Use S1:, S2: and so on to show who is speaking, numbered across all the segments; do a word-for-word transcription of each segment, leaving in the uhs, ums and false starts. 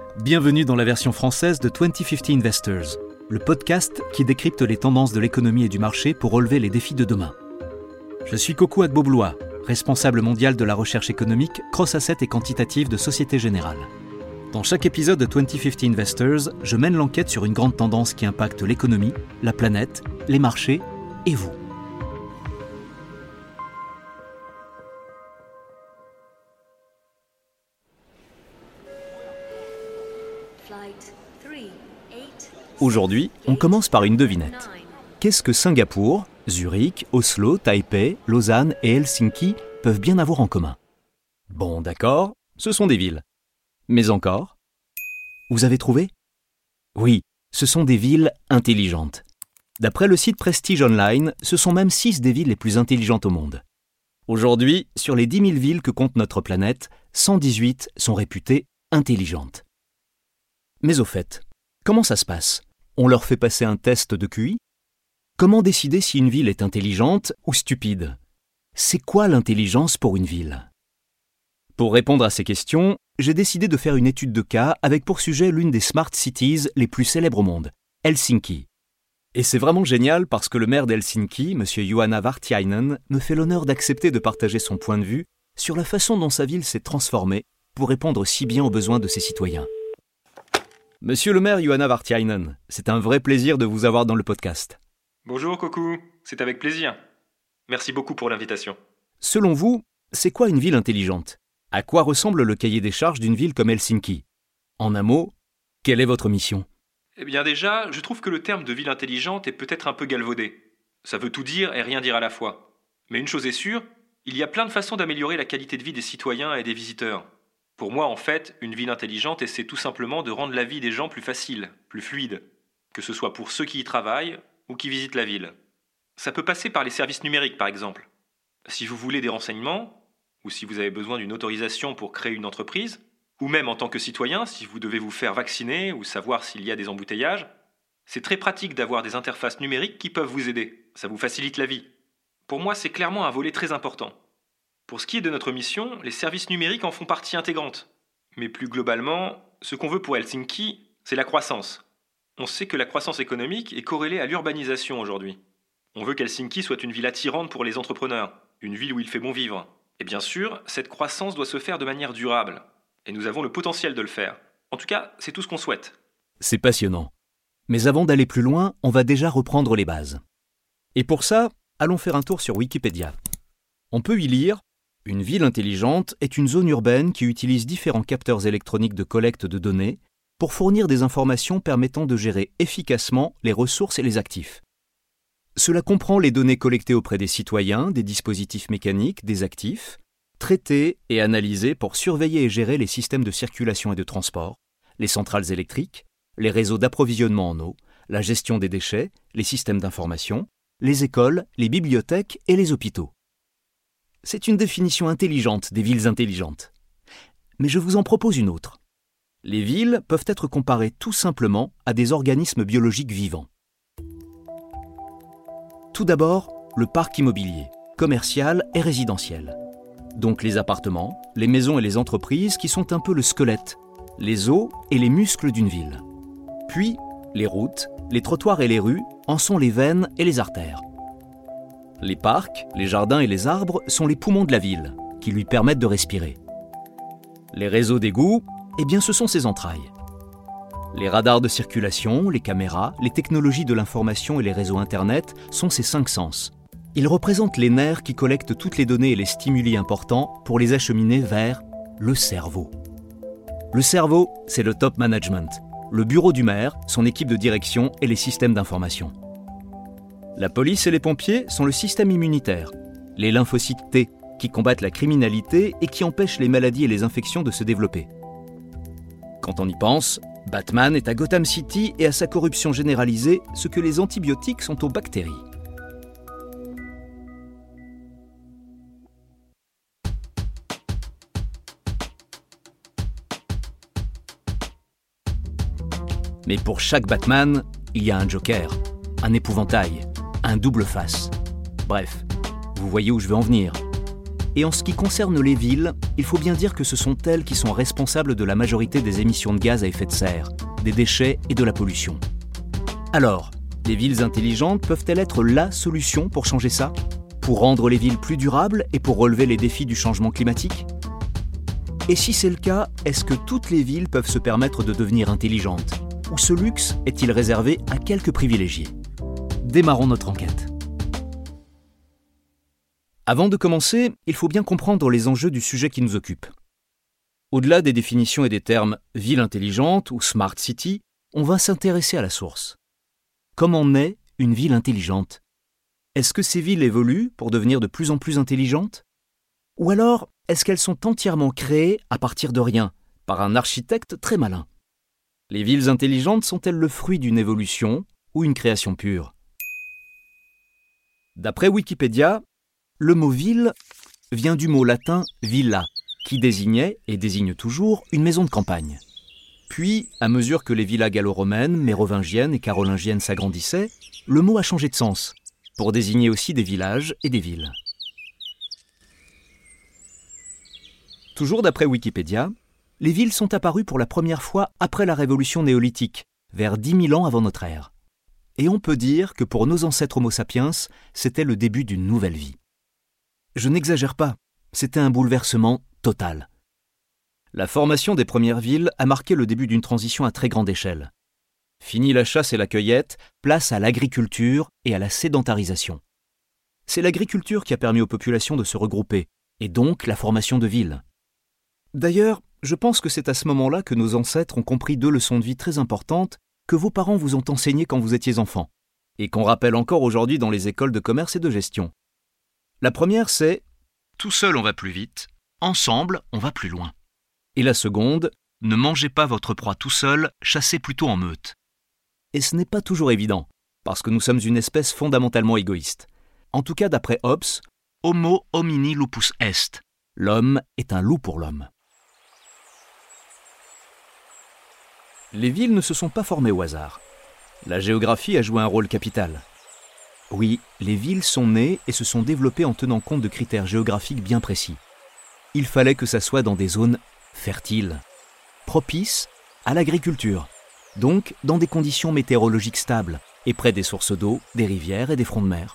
S1: Bienvenue dans la version française de vingt cinquante Investors, le podcast qui décrypte les tendances de l'économie et du marché pour relever les défis de demain. Je suis Coco Agbobloua, responsable mondial de la recherche économique, cross-asset et quantitative de Société Générale. Dans chaque épisode de vingt cinquante Investors, je mène l'enquête sur une grande tendance qui impacte l'économie, la planète, les marchés et vous. Aujourd'hui, on commence par une devinette. Qu'est-ce que Singapour, Zurich, Oslo, Taipei, Lausanne et Helsinki peuvent bien avoir en commun ? Bon, d'accord, ce sont des villes. Mais encore ? Vous avez trouvé ? Oui, ce sont des villes intelligentes. D'après le site Prestige Online, ce sont même six des villes les plus intelligentes au monde. Aujourd'hui, sur les dix mille villes que compte notre planète, cent dix-huit sont réputées intelligentes. Mais au fait, comment ça se passe ? On leur fait passer un test de Q I ? Comment décider si une ville est intelligente ou stupide ? C'est quoi l'intelligence pour une ville ? Pour répondre à ces questions, j'ai décidé de faire une étude de cas avec pour sujet l'une des smart cities les plus célèbres au monde, Helsinki. Et c'est vraiment génial parce que le maire d'Helsinki, M. Juhana Vartiainen, me fait l'honneur d'accepter de partager son point de vue sur la façon dont sa ville s'est transformée pour répondre si bien aux besoins de ses citoyens. Monsieur le maire Juhana Vartiainen, c'est un vrai plaisir de vous avoir dans le podcast.
S2: Bonjour Coco, c'est avec plaisir. Merci beaucoup pour l'invitation.
S1: Selon vous, c'est quoi une ville intelligente ? À quoi ressemble le cahier des charges d'une ville comme Helsinki ? En un mot, quelle est votre mission ?
S2: Eh bien déjà, je trouve que le terme de ville intelligente est peut-être un peu galvaudé. Ça veut tout dire et rien dire à la fois. Mais une chose est sûre, il y a plein de façons d'améliorer la qualité de vie des citoyens et des visiteurs. Pour moi, en fait, une ville intelligente essaie tout simplement de rendre la vie des gens plus facile, plus fluide, que ce soit pour ceux qui y travaillent ou qui visitent la ville. Ça peut passer par les services numériques, par exemple. Si vous voulez des renseignements, ou si vous avez besoin d'une autorisation pour créer une entreprise, ou même en tant que citoyen, si vous devez vous faire vacciner ou savoir s'il y a des embouteillages, c'est très pratique d'avoir des interfaces numériques qui peuvent vous aider. Ça vous facilite la vie. Pour moi, c'est clairement un volet très important. Pour ce qui est de notre mission, les services numériques en font partie intégrante. Mais plus globalement, ce qu'on veut pour Helsinki, c'est la croissance. On sait que la croissance économique est corrélée à l'urbanisation aujourd'hui. On veut qu'Helsinki soit une ville attirante pour les entrepreneurs, une ville où il fait bon vivre. Et bien sûr, cette croissance doit se faire de manière durable. Et nous avons le potentiel de le faire. En tout cas, c'est tout ce qu'on souhaite.
S1: C'est passionnant. Mais avant d'aller plus loin, on va déjà reprendre les bases. Et pour ça, allons faire un tour sur Wikipédia. On peut y lire « Une ville intelligente est une zone urbaine qui utilise différents capteurs électroniques de collecte de données pour fournir des informations permettant de gérer efficacement les ressources et les actifs. Cela comprend les données collectées auprès des citoyens, des dispositifs mécaniques, des actifs, traitées et analysées pour surveiller et gérer les systèmes de circulation et de transport, les centrales électriques, les réseaux d'approvisionnement en eau, la gestion des déchets, les systèmes d'information, les écoles, les bibliothèques et les hôpitaux. C'est une définition intelligente des villes intelligentes. Mais je vous en propose une autre. Les villes peuvent être comparées tout simplement à des organismes biologiques vivants. Tout d'abord, le parc immobilier, commercial et résidentiel. Donc les appartements, les maisons et les entreprises qui sont un peu le squelette, les os et les muscles d'une ville. Puis, les routes, les trottoirs et les rues en sont les veines et les artères. Les parcs, les jardins et les arbres sont les poumons de la ville, qui lui permettent de respirer. Les réseaux d'égouts, eh bien ce sont ses entrailles. Les radars de circulation, les caméras, les technologies de l'information et les réseaux Internet sont ses cinq sens. Ils représentent les nerfs qui collectent toutes les données et les stimuli importants pour les acheminer vers le cerveau. Le cerveau, c'est le top management, le bureau du maire, son équipe de direction et les systèmes d'information. La police et les pompiers sont le système immunitaire, les lymphocytes T, qui combattent la criminalité et qui empêchent les maladies et les infections de se développer. Quand on y pense, Batman est à Gotham City et à sa corruption généralisée ce que les antibiotiques sont aux bactéries. Mais pour chaque Batman, il y a un Joker, un épouvantail, un double face. Bref, vous voyez où je veux en venir. Et en ce qui concerne les villes, il faut bien dire que ce sont elles qui sont responsables de la majorité des émissions de gaz à effet de serre, des déchets et de la pollution. Alors, les villes intelligentes peuvent-elles être la solution pour changer ça ? Pour rendre les villes plus durables et pour relever les défis du changement climatique ? Et si c'est le cas, est-ce que toutes les villes peuvent se permettre de devenir intelligentes ? Ou ce luxe est-il réservé à quelques privilégiés ? Démarrons notre enquête. Avant de commencer, il faut bien comprendre les enjeux du sujet qui nous occupe. Au-delà des définitions et des termes « ville intelligente » ou « smart city », on va s'intéresser à la source. Comment naît une ville intelligente ? Est-ce que ces villes évoluent pour devenir de plus en plus intelligentes ? Ou alors, est-ce qu'elles sont entièrement créées à partir de rien, par un architecte très malin ? Les villes intelligentes sont-elles le fruit d'une évolution ou une création pure ? D'après Wikipédia, le mot « ville » vient du mot latin « villa », qui désignait, et désigne toujours, une maison de campagne. Puis, à mesure que les villas gallo-romaines, mérovingiennes et carolingiennes s'agrandissaient, le mot a changé de sens, pour désigner aussi des villages et des villes. Toujours d'après Wikipédia, les villes sont apparues pour la première fois après la révolution néolithique, vers dix mille ans avant notre ère. Et on peut dire que pour nos ancêtres Homo sapiens, c'était le début d'une nouvelle vie. Je n'exagère pas, c'était un bouleversement total. La formation des premières villes a marqué le début d'une transition à très grande échelle. Fini la chasse et la cueillette, place à l'agriculture et à la sédentarisation. C'est l'agriculture qui a permis aux populations de se regrouper, et donc la formation de villes. D'ailleurs, je pense que c'est à ce moment-là que nos ancêtres ont compris deux leçons de vie très importantes que vos parents vous ont enseignées quand vous étiez enfant, et qu'on rappelle encore aujourd'hui dans les écoles de commerce et de gestion. La première, c'est « tout seul on va plus vite, ensemble on va plus loin ». Et la seconde, « ne mangez pas votre proie tout seul, chassez plutôt en meute ». Et ce n'est pas toujours évident, parce que nous sommes une espèce fondamentalement égoïste. En tout cas, d'après Hobbes, « Homo homini lupus est », l'homme est un loup pour l'homme. Les villes ne se sont pas formées au hasard. La géographie a joué un rôle capital. Oui, les villes sont nées et se sont développées en tenant compte de critères géographiques bien précis. Il fallait que ça soit dans des zones fertiles, propices à l'agriculture, donc dans des conditions météorologiques stables et près des sources d'eau, des rivières et des fronts de mer.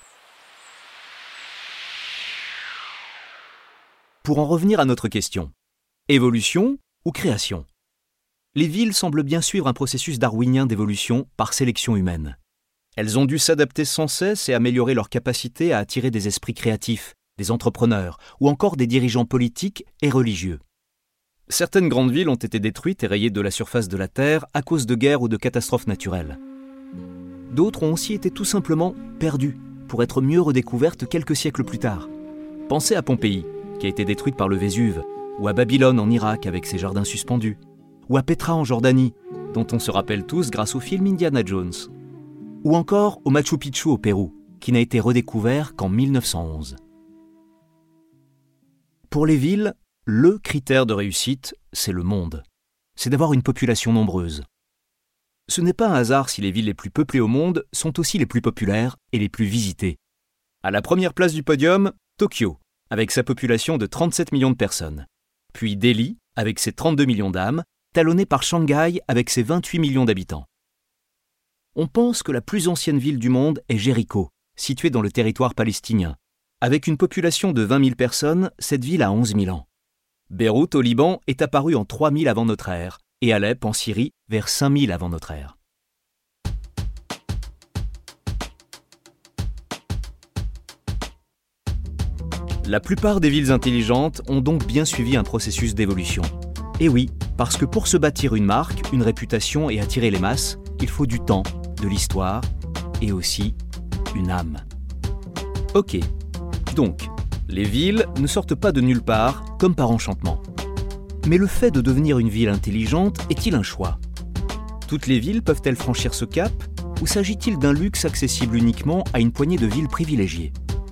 S1: Pour en revenir à notre question, évolution ou création ? Les villes semblent bien suivre un processus darwinien d'évolution par sélection humaine. Elles ont dû s'adapter sans cesse et améliorer leur capacité à attirer des esprits créatifs, des entrepreneurs ou encore des dirigeants politiques et religieux. Certaines grandes villes ont été détruites et rayées de la surface de la Terre à cause de guerres ou de catastrophes naturelles. D'autres ont aussi été tout simplement perdues pour être mieux redécouvertes quelques siècles plus tard. Pensez à Pompéi, qui a été détruite par le Vésuve, ou à Babylone en Irak avec ses jardins suspendus, ou à Petra en Jordanie, dont on se rappelle tous grâce au film Indiana Jones. Ou encore au Machu Picchu au Pérou, qui n'a été redécouvert qu'en mille neuf cent onze. Pour les villes, le critère de réussite, c'est le monde. C'est d'avoir une population nombreuse. Ce n'est pas un hasard si les villes les plus peuplées au monde sont aussi les plus populaires et les plus visitées. À la première place du podium, Tokyo, avec sa population de trente-sept millions de personnes. Puis Delhi, avec ses trente-deux millions d'âmes, talonné par Shanghai avec ses vingt-huit millions d'habitants. On pense que la plus ancienne ville du monde est Jéricho, située dans le territoire palestinien. Avec une population de vingt mille personnes, cette ville a onze mille ans. Beyrouth au Liban est apparue en trois mille avant notre ère, et Alep en Syrie vers cinq mille avant notre ère. La plupart des villes intelligentes ont donc bien suivi un processus d'évolution. Et oui, parce que pour se bâtir une marque, une réputation et attirer les masses, il faut du temps, de l'histoire et aussi une âme. Ok, donc, les villes ne sortent pas de nulle part comme par enchantement. Mais le fait de devenir une ville intelligente est-il un choix ? Toutes les villes peuvent-elles franchir ce cap ou s'agit-il d'un luxe accessible uniquement à une poignée de villes privilégiées ?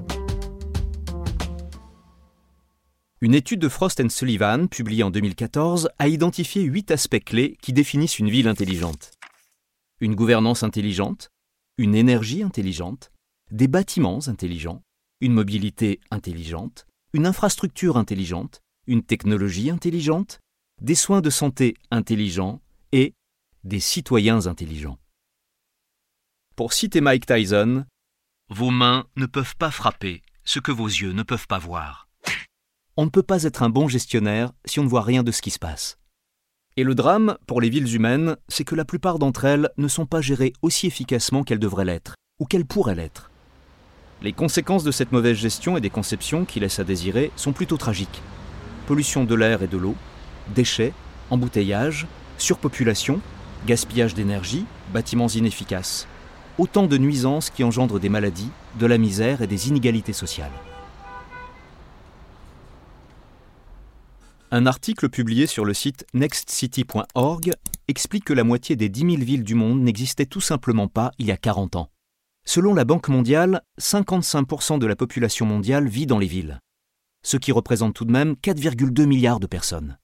S1: Une étude de Frost and Sullivan, publiée en deux mille quatorze, a identifié huit aspects clés qui définissent une ville intelligente. Une gouvernance intelligente, une énergie intelligente, des bâtiments intelligents, une mobilité intelligente, une infrastructure intelligente, une technologie intelligente, des soins de santé intelligents et des citoyens intelligents. Pour citer Mike Tyson, « Vos mains ne peuvent pas frapper ce que vos yeux ne peuvent pas voir. » On ne peut pas être un bon gestionnaire si on ne voit rien de ce qui se passe. Et le drame, pour les villes humaines, c'est que la plupart d'entre elles ne sont pas gérées aussi efficacement qu'elles devraient l'être, ou qu'elles pourraient l'être. Les conséquences de cette mauvaise gestion et des conceptions qui laissent à désirer sont plutôt tragiques. Pollution de l'air et de l'eau, déchets, embouteillages, surpopulation, gaspillage d'énergie, bâtiments inefficaces. Autant de nuisances qui engendrent des maladies, de la misère et des inégalités sociales. Un article publié sur le site next city point org explique que la moitié des dix mille villes du monde n'existaient tout simplement pas il y a quarante ans. Selon la Banque mondiale, cinquante-cinq pour cent de la population mondiale vit dans les villes, ce qui représente tout de même quatre virgule deux milliards de personnes.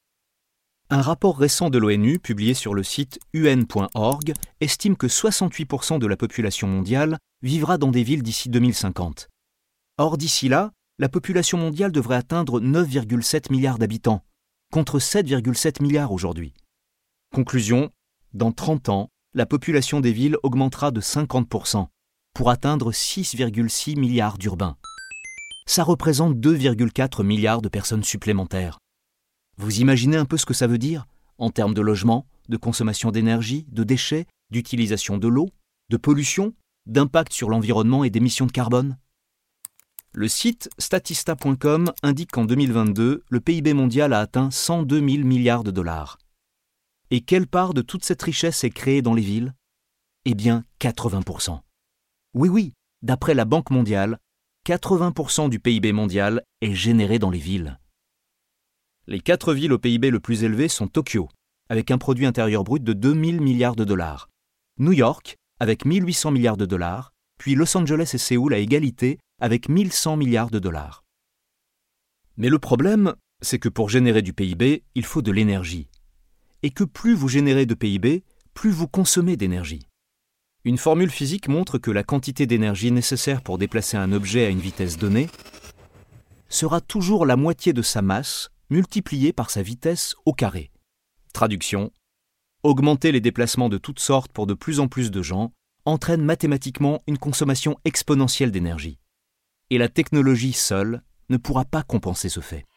S1: Un rapport récent de l'ONU, publié sur le site u n point org, estime que soixante-huit pour cent de la population mondiale vivra dans des villes d'ici deux mille cinquante. Or, d'ici là, la population mondiale devrait atteindre neuf virgule sept milliards d'habitants, contre sept virgule sept milliards aujourd'hui. Conclusion, dans trente ans, la population des villes augmentera de cinquante pour cent, pour atteindre six virgule six milliards d'urbains. Ça représente deux virgule quatre milliards de personnes supplémentaires. Vous imaginez un peu ce que ça veut dire, en termes de logement, de consommation d'énergie, de déchets, d'utilisation de l'eau, de pollution, d'impact sur l'environnement et d'émissions de carbone? Le site statista point com indique qu'en deux mille vingt-deux, le P I B mondial a atteint cent deux mille milliards de dollars. Et quelle part de toute cette richesse est créée dans les villes? Eh bien, quatre-vingts pour cent. Oui, oui, d'après la Banque mondiale, quatre-vingts pour cent du P I B mondial est généré dans les villes. Les quatre villes au P I B le plus élevé sont Tokyo, avec un produit intérieur brut de deux mille milliards de dollars, New York, avec mille huit cents milliards de dollars, puis Los Angeles et Séoul à égalité, avec mille cent milliards de dollars. Mais le problème, c'est que pour générer du P I B, il faut de l'énergie. Et que plus vous générez de P I B, plus vous consommez d'énergie. Une formule physique montre que la quantité d'énergie nécessaire pour déplacer un objet à une vitesse donnée sera toujours la moitié de sa masse multipliée par sa vitesse au carré. Traduction: augmenter les déplacements de toutes sortes pour de plus en plus de gens entraîne mathématiquement une consommation exponentielle d'énergie. Et la technologie seule ne pourra pas compenser ce fait.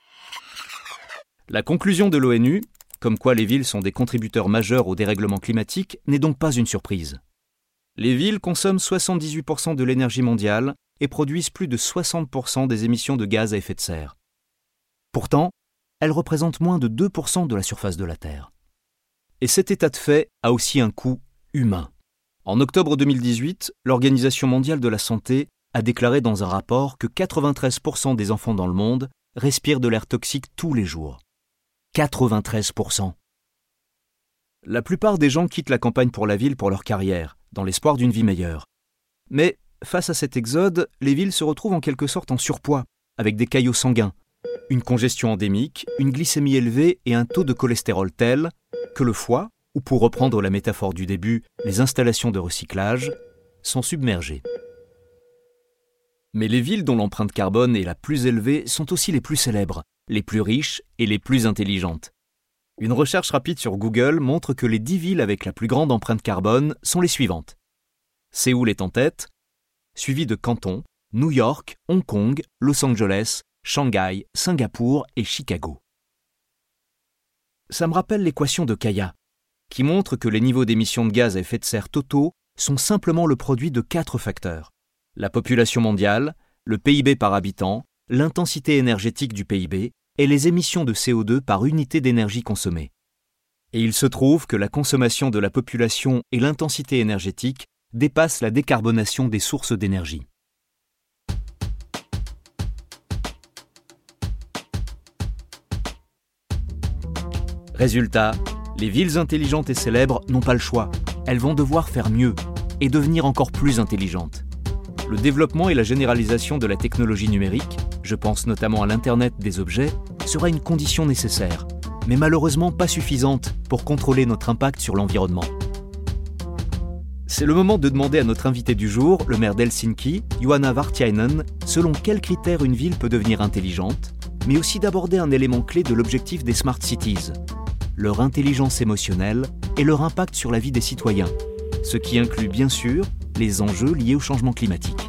S1: La conclusion de l'ONU, comme quoi les villes sont des contributeurs majeurs au dérèglement climatique, n'est donc pas une surprise. Les villes consomment soixante-dix-huit pour cent de l'énergie mondiale et produisent plus de soixante pour cent des émissions de gaz à effet de serre. Pourtant, elles représentent moins de deux pour cent de la surface de la Terre. Et cet état de fait a aussi un coût humain. En octobre deux mille dix-huit, l'Organisation mondiale de la santé a déclaré dans un rapport que quatre-vingt-treize pour cent des enfants dans le monde respirent de l'air toxique tous les jours. quatre-vingt-treize pour cent. La plupart des gens quittent la campagne pour la ville pour leur carrière, dans l'espoir d'une vie meilleure. Mais, face à cet exode, les villes se retrouvent en quelque sorte en surpoids, avec des caillots sanguins, une congestion endémique, une glycémie élevée et un taux de cholestérol tel que le foie, ou pour reprendre la métaphore du début, les installations de recyclage, sont submergées. Mais les villes dont l'empreinte carbone est la plus élevée sont aussi les plus célèbres, les plus riches et les plus intelligentes. Une recherche rapide sur Google montre que les dix villes avec la plus grande empreinte carbone sont les suivantes. Séoul est en tête, suivi de Canton, New York, Hong Kong, Los Angeles, Shanghai, Singapour et Chicago. Ça me rappelle l'équation de Kaya, qui montre que les niveaux d'émissions de gaz à effet de serre totaux sont simplement le produit de quatre facteurs. La population mondiale, le P I B par habitant, l'intensité énergétique du P I B et les émissions de C O deux par unité d'énergie consommée. Et il se trouve que la consommation de la population et l'intensité énergétique dépassent la décarbonation des sources d'énergie. Résultat, les villes intelligentes et célèbres n'ont pas le choix. Elles vont devoir faire mieux et devenir encore plus intelligentes. Le développement et la généralisation de la technologie numérique, je pense notamment à l'Internet des objets, sera une condition nécessaire, mais malheureusement pas suffisante pour contrôler notre impact sur l'environnement. C'est le moment de demander à notre invité du jour, le maire d'Helsinki, Juhana Vartiainen, selon quels critères une ville peut devenir intelligente, mais aussi d'aborder un élément clé de l'objectif des Smart Cities, leur intelligence émotionnelle et leur impact sur la vie des citoyens, ce qui inclut bien sûr les enjeux liés au changement climatique.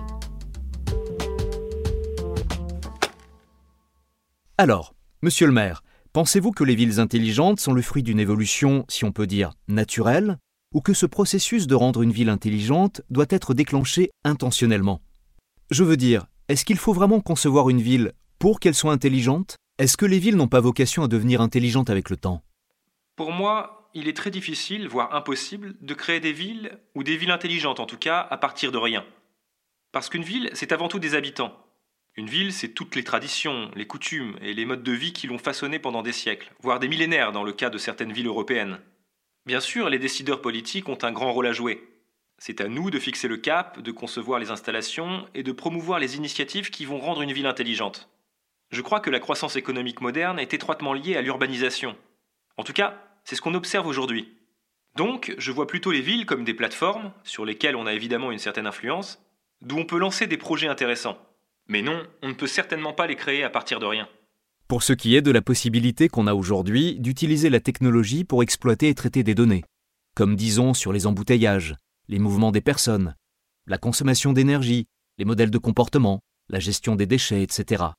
S1: Alors, monsieur le maire, pensez-vous que les villes intelligentes sont le fruit d'une évolution, si on peut dire, naturelle, ou que ce processus de rendre une ville intelligente doit être déclenché intentionnellement? Je veux dire, est-ce qu'il faut vraiment concevoir une ville pour qu'elle soit intelligente? Est-ce que les villes n'ont pas vocation à devenir intelligentes avec le temps?
S2: Pour moi, il est très difficile, voire impossible, de créer des villes, ou des villes intelligentes en tout cas, à partir de rien. Parce qu'une ville, c'est avant tout des habitants. Une ville, c'est toutes les traditions, les coutumes et les modes de vie qui l'ont façonnée pendant des siècles, voire des millénaires dans le cas de certaines villes européennes. Bien sûr, les décideurs politiques ont un grand rôle à jouer. C'est à nous de fixer le cap, de concevoir les installations et de promouvoir les initiatives qui vont rendre une ville intelligente. Je crois que la croissance économique moderne est étroitement liée à l'urbanisation. En tout cas, c'est ce qu'on observe aujourd'hui. Donc, je vois plutôt les villes comme des plateformes, sur lesquelles on a évidemment une certaine influence, d'où on peut lancer des projets intéressants. Mais non, on ne peut certainement pas les créer à partir de rien.
S1: Pour ce qui est de la possibilité qu'on a aujourd'hui d'utiliser la technologie pour exploiter et traiter des données, comme disons sur les embouteillages, les mouvements des personnes, la consommation d'énergie, les modèles de comportement, la gestion des déchets, et cetera.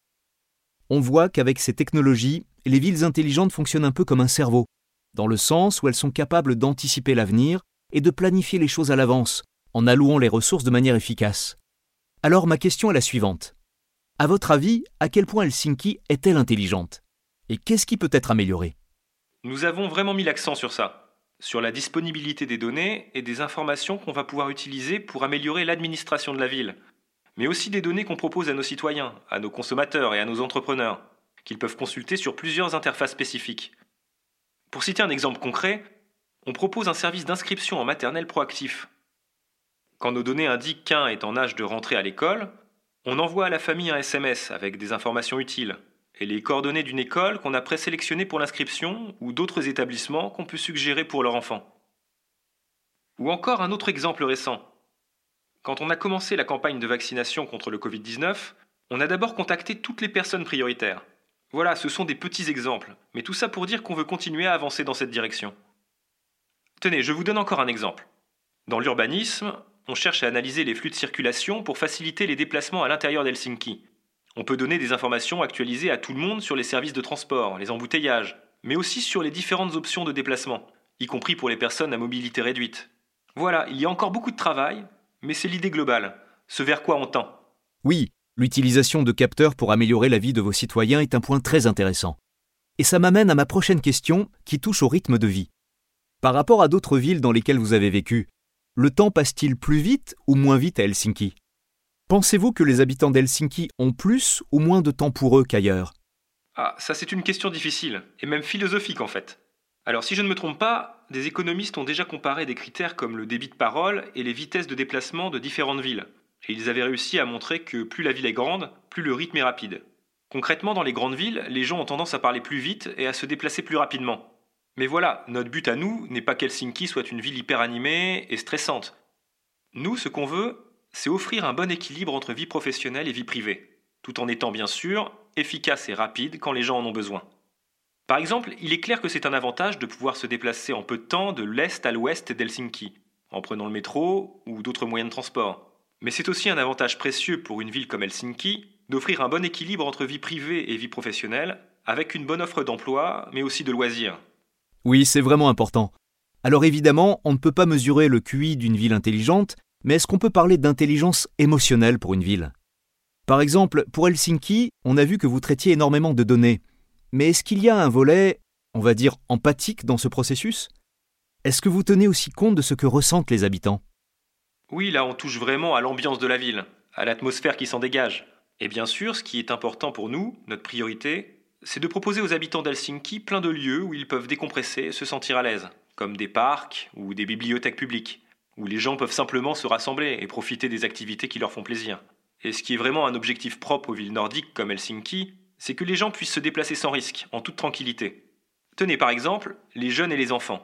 S1: On voit qu'avec ces technologies, les villes intelligentes fonctionnent un peu comme un cerveau, dans le sens où elles sont capables d'anticiper l'avenir et de planifier les choses à l'avance, en allouant les ressources de manière efficace. Alors ma question est la suivante. À votre avis, à quel point Helsinki est-elle intelligente? Et qu'est-ce qui peut être amélioré?
S2: Nous avons vraiment mis l'accent sur ça, sur la disponibilité des données et des informations qu'on va pouvoir utiliser pour améliorer l'administration de la ville, mais aussi des données qu'on propose à nos citoyens, à nos consommateurs et à nos entrepreneurs, qu'ils peuvent consulter sur plusieurs interfaces spécifiques. Pour citer un exemple concret, on propose un service d'inscription en maternelle proactif. Quand nos données indiquent qu'un est en âge de rentrer à l'école, on envoie à la famille un S M S avec des informations utiles et les coordonnées d'une école qu'on a présélectionnée pour l'inscription ou d'autres établissements qu'on peut suggérer pour leur enfant. Ou encore un autre exemple récent. Quand on a commencé la campagne de vaccination contre le covid dix-neuf, on a d'abord contacté toutes les personnes prioritaires. Voilà, ce sont des petits exemples, mais tout ça pour dire qu'on veut continuer à avancer dans cette direction. Tenez, je vous donne encore un exemple. Dans l'urbanisme, on cherche à analyser les flux de circulation pour faciliter les déplacements à l'intérieur d'Helsinki. On peut donner des informations actualisées à tout le monde sur les services de transport, les embouteillages, mais aussi sur les différentes options de déplacement, y compris pour les personnes à mobilité réduite. Voilà, il y a encore beaucoup de travail, mais c'est l'idée globale, ce vers quoi on tend.
S1: Oui, l'utilisation de capteurs pour améliorer la vie de vos citoyens est un point très intéressant. Et ça m'amène à ma prochaine question qui touche au rythme de vie. Par rapport à d'autres villes dans lesquelles vous avez vécu, le temps passe-t-il plus vite ou moins vite à Helsinki? Pensez-vous que les habitants d'Helsinki ont plus ou moins de temps pour eux qu'ailleurs?
S2: Ah, ça c'est une question difficile, et même philosophique en fait. Alors si je ne me trompe pas, des économistes ont déjà comparé des critères comme le débit de parole et les vitesses de déplacement de différentes villes. Et ils avaient réussi à montrer que plus la ville est grande, plus le rythme est rapide. Concrètement, dans les grandes villes, les gens ont tendance à parler plus vite et à se déplacer plus rapidement. Mais voilà, notre but à nous n'est pas qu'Helsinki soit une ville hyper animée et stressante. Nous, ce qu'on veut, c'est offrir un bon équilibre entre vie professionnelle et vie privée, tout en étant bien sûr efficace et rapide quand les gens en ont besoin. Par exemple, il est clair que c'est un avantage de pouvoir se déplacer en peu de temps de l'est à l'ouest d'Helsinki, en prenant le métro ou d'autres moyens de transport. Mais c'est aussi un avantage précieux pour une ville comme Helsinki d'offrir un bon équilibre entre vie privée et vie professionnelle, avec une bonne offre d'emploi, mais aussi de loisirs.
S1: Oui, c'est vraiment important. Alors évidemment, on ne peut pas mesurer le Q I d'une ville intelligente, mais est-ce qu'on peut parler d'intelligence émotionnelle pour une ville? Par exemple, pour Helsinki, on a vu que vous traitiez énormément de données. Mais est-ce qu'il y a un volet, on va dire, empathique dans ce processus? Est-ce que vous tenez aussi compte de ce que ressentent les habitants?
S2: Oui, là on touche vraiment à l'ambiance de la ville, à l'atmosphère qui s'en dégage. Et bien sûr, ce qui est important pour nous, notre priorité, c'est de proposer aux habitants d'Helsinki plein de lieux où ils peuvent décompresser et se sentir à l'aise, comme des parcs ou des bibliothèques publiques, où les gens peuvent simplement se rassembler et profiter des activités qui leur font plaisir. Et ce qui est vraiment un objectif propre aux villes nordiques comme Helsinki, c'est que les gens puissent se déplacer sans risque, en toute tranquillité. Tenez par exemple, les jeunes et les enfants.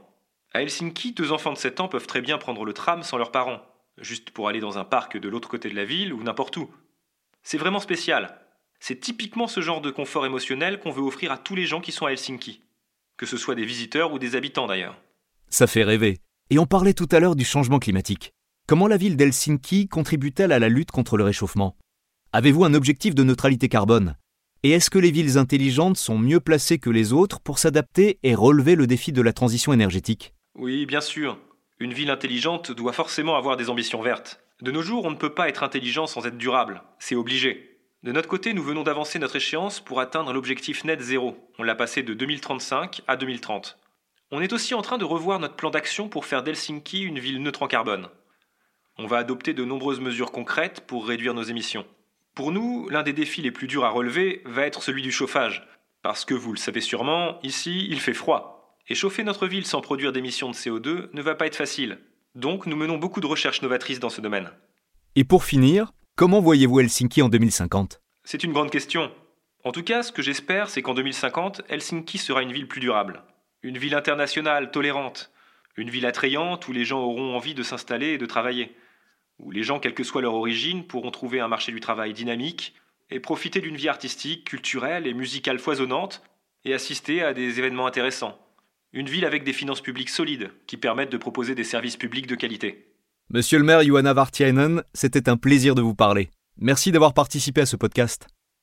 S2: À Helsinki, deux enfants de sept ans peuvent très bien prendre le tram sans leurs parents, juste pour aller dans un parc de l'autre côté de la ville ou n'importe où. C'est vraiment spécial. C'est typiquement ce genre de confort émotionnel qu'on veut offrir à tous les gens qui sont à Helsinki, que ce soit des visiteurs ou des habitants d'ailleurs.
S1: Ça fait rêver. Et on parlait tout à l'heure du changement climatique. Comment la ville d'Helsinki contribue-t-elle à la lutte contre le réchauffement ? Avez-vous un objectif de neutralité carbone ? Et est-ce que les villes intelligentes sont mieux placées que les autres pour s'adapter et relever le défi de la transition énergétique ?
S2: Oui, bien sûr. Une ville intelligente doit forcément avoir des ambitions vertes. De nos jours, on ne peut pas être intelligent sans être durable. C'est obligé. De notre côté, nous venons d'avancer notre échéance pour atteindre l'objectif net zéro. On l'a passé de deux mille trente-cinq à deux mille trente. On est aussi en train de revoir notre plan d'action pour faire d'Helsinki une ville neutre en carbone. On va adopter de nombreuses mesures concrètes pour réduire nos émissions. Pour nous, l'un des défis les plus durs à relever va être celui du chauffage. Parce que, vous le savez sûrement, ici, il fait froid. Et chauffer notre ville sans produire d'émissions de C O deux ne va pas être facile. Donc, nous menons beaucoup de recherches novatrices dans ce domaine.
S1: Et pour finir, comment voyez-vous Helsinki en deux mille cinquante ?
S2: C'est une grande question. En tout cas, ce que j'espère, c'est qu'en deux mille cinquante, Helsinki sera une ville plus durable. Une ville internationale, tolérante. Une ville attrayante où les gens auront envie de s'installer et de travailler. Où les gens, quelle que soit leur origine, pourront trouver un marché du travail dynamique et profiter d'une vie artistique, culturelle et musicale foisonnante et assister à des événements intéressants. Une ville avec des finances publiques solides qui permettent de proposer des services publics de qualité.
S1: Monsieur le maire Juhana Vartiainen, c'était un plaisir de vous parler. Merci d'avoir participé à ce podcast.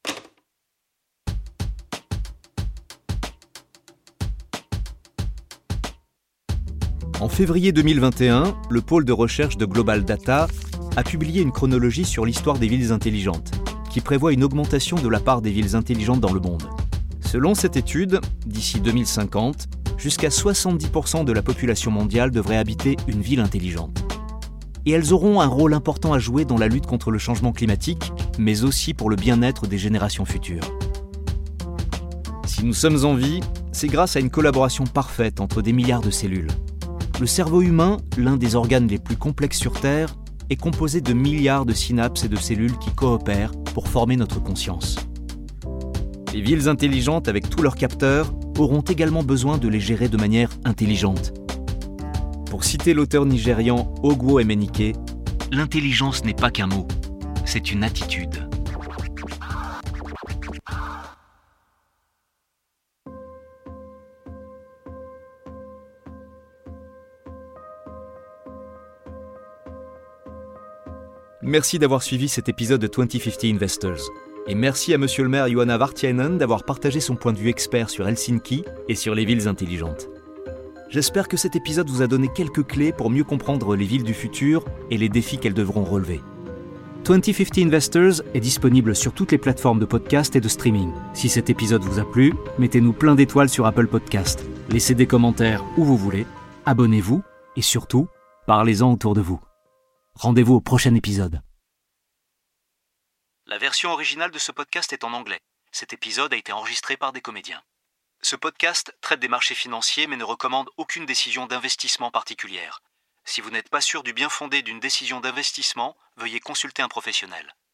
S1: En février deux mille vingt et un, le pôle de recherche de Global Data a publié une chronologie sur l'histoire des villes intelligentes, qui prévoit une augmentation de la part des villes intelligentes dans le monde. Selon cette étude, d'ici deux mille cinquante, jusqu'à soixante-dix pour cent de la population mondiale devrait habiter une ville intelligente. Et elles auront un rôle important à jouer dans la lutte contre le changement climatique, mais aussi pour le bien-être des générations futures. Si nous sommes en vie, c'est grâce à une collaboration parfaite entre des milliards de cellules. Le cerveau humain, l'un des organes les plus complexes sur Terre, est composé de milliards de synapses et de cellules qui coopèrent pour former notre conscience. Les villes intelligentes, avec tous leurs capteurs, auront également besoin de les gérer de manière intelligente. Pour citer l'auteur nigérian Ogwo Emenike, « L'intelligence n'est pas qu'un mot, c'est une attitude ». Merci d'avoir suivi cet épisode de vingt cinquante Investors. Et merci à Monsieur le maire Juhana Vartiainen d'avoir partagé son point de vue expert sur Helsinki et sur les villes intelligentes. J'espère que cet épisode vous a donné quelques clés pour mieux comprendre les villes du futur et les défis qu'elles devront relever. vingt cinquante Investors est disponible sur toutes les plateformes de podcast et de streaming. Si cet épisode vous a plu, mettez-nous plein d'étoiles sur Apple Podcast. Laissez des commentaires où vous voulez, abonnez-vous et surtout, parlez-en autour de vous. Rendez-vous au prochain épisode.
S3: La version originale de ce podcast est en anglais. Cet épisode a été enregistré par des comédiens. Ce podcast traite des marchés financiers mais ne recommande aucune décision d'investissement particulière. Si vous n'êtes pas sûr du bien fondé d'une décision d'investissement, veuillez consulter un professionnel.